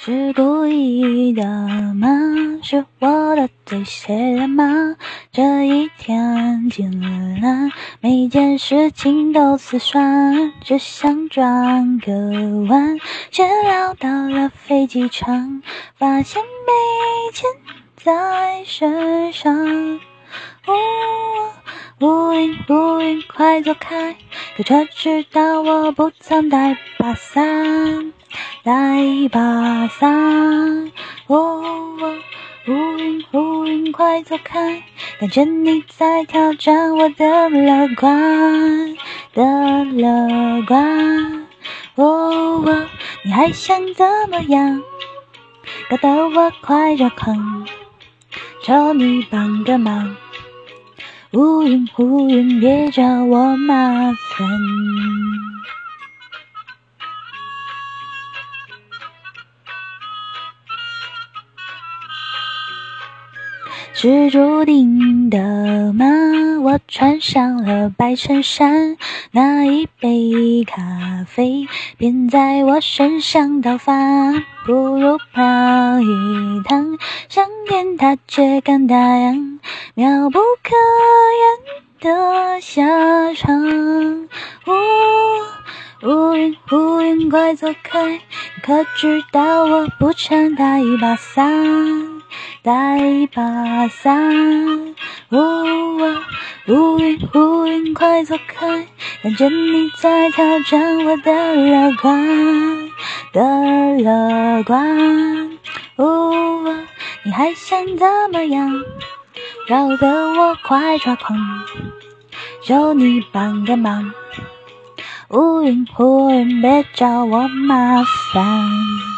是故意的吗？是我的嘴碎了吗？这一天进来，每件事情都死算，只想转个弯，却绕到了飞机场，发现没钱在身上。乌云快走开，可却知道我不曾带把伞，带把伞。乌云快走开，感觉你在挑战我的乐观，你还想怎么样？搞得我快抓狂，求你帮个忙。乌云别找我麻烦。是注定的吗？我穿上了白衬衫，那一杯咖啡便在我身上倒翻，不如跑一趟，上天它却敢打烊，妙不可言的下场。乌云快走开，可知道我不曾带一把伞，带一把伞。乌云快走开，感觉你在挑战我的乐观。你还想怎么样？搞得我快抓狂，求你帮个忙。乌云别找我麻烦。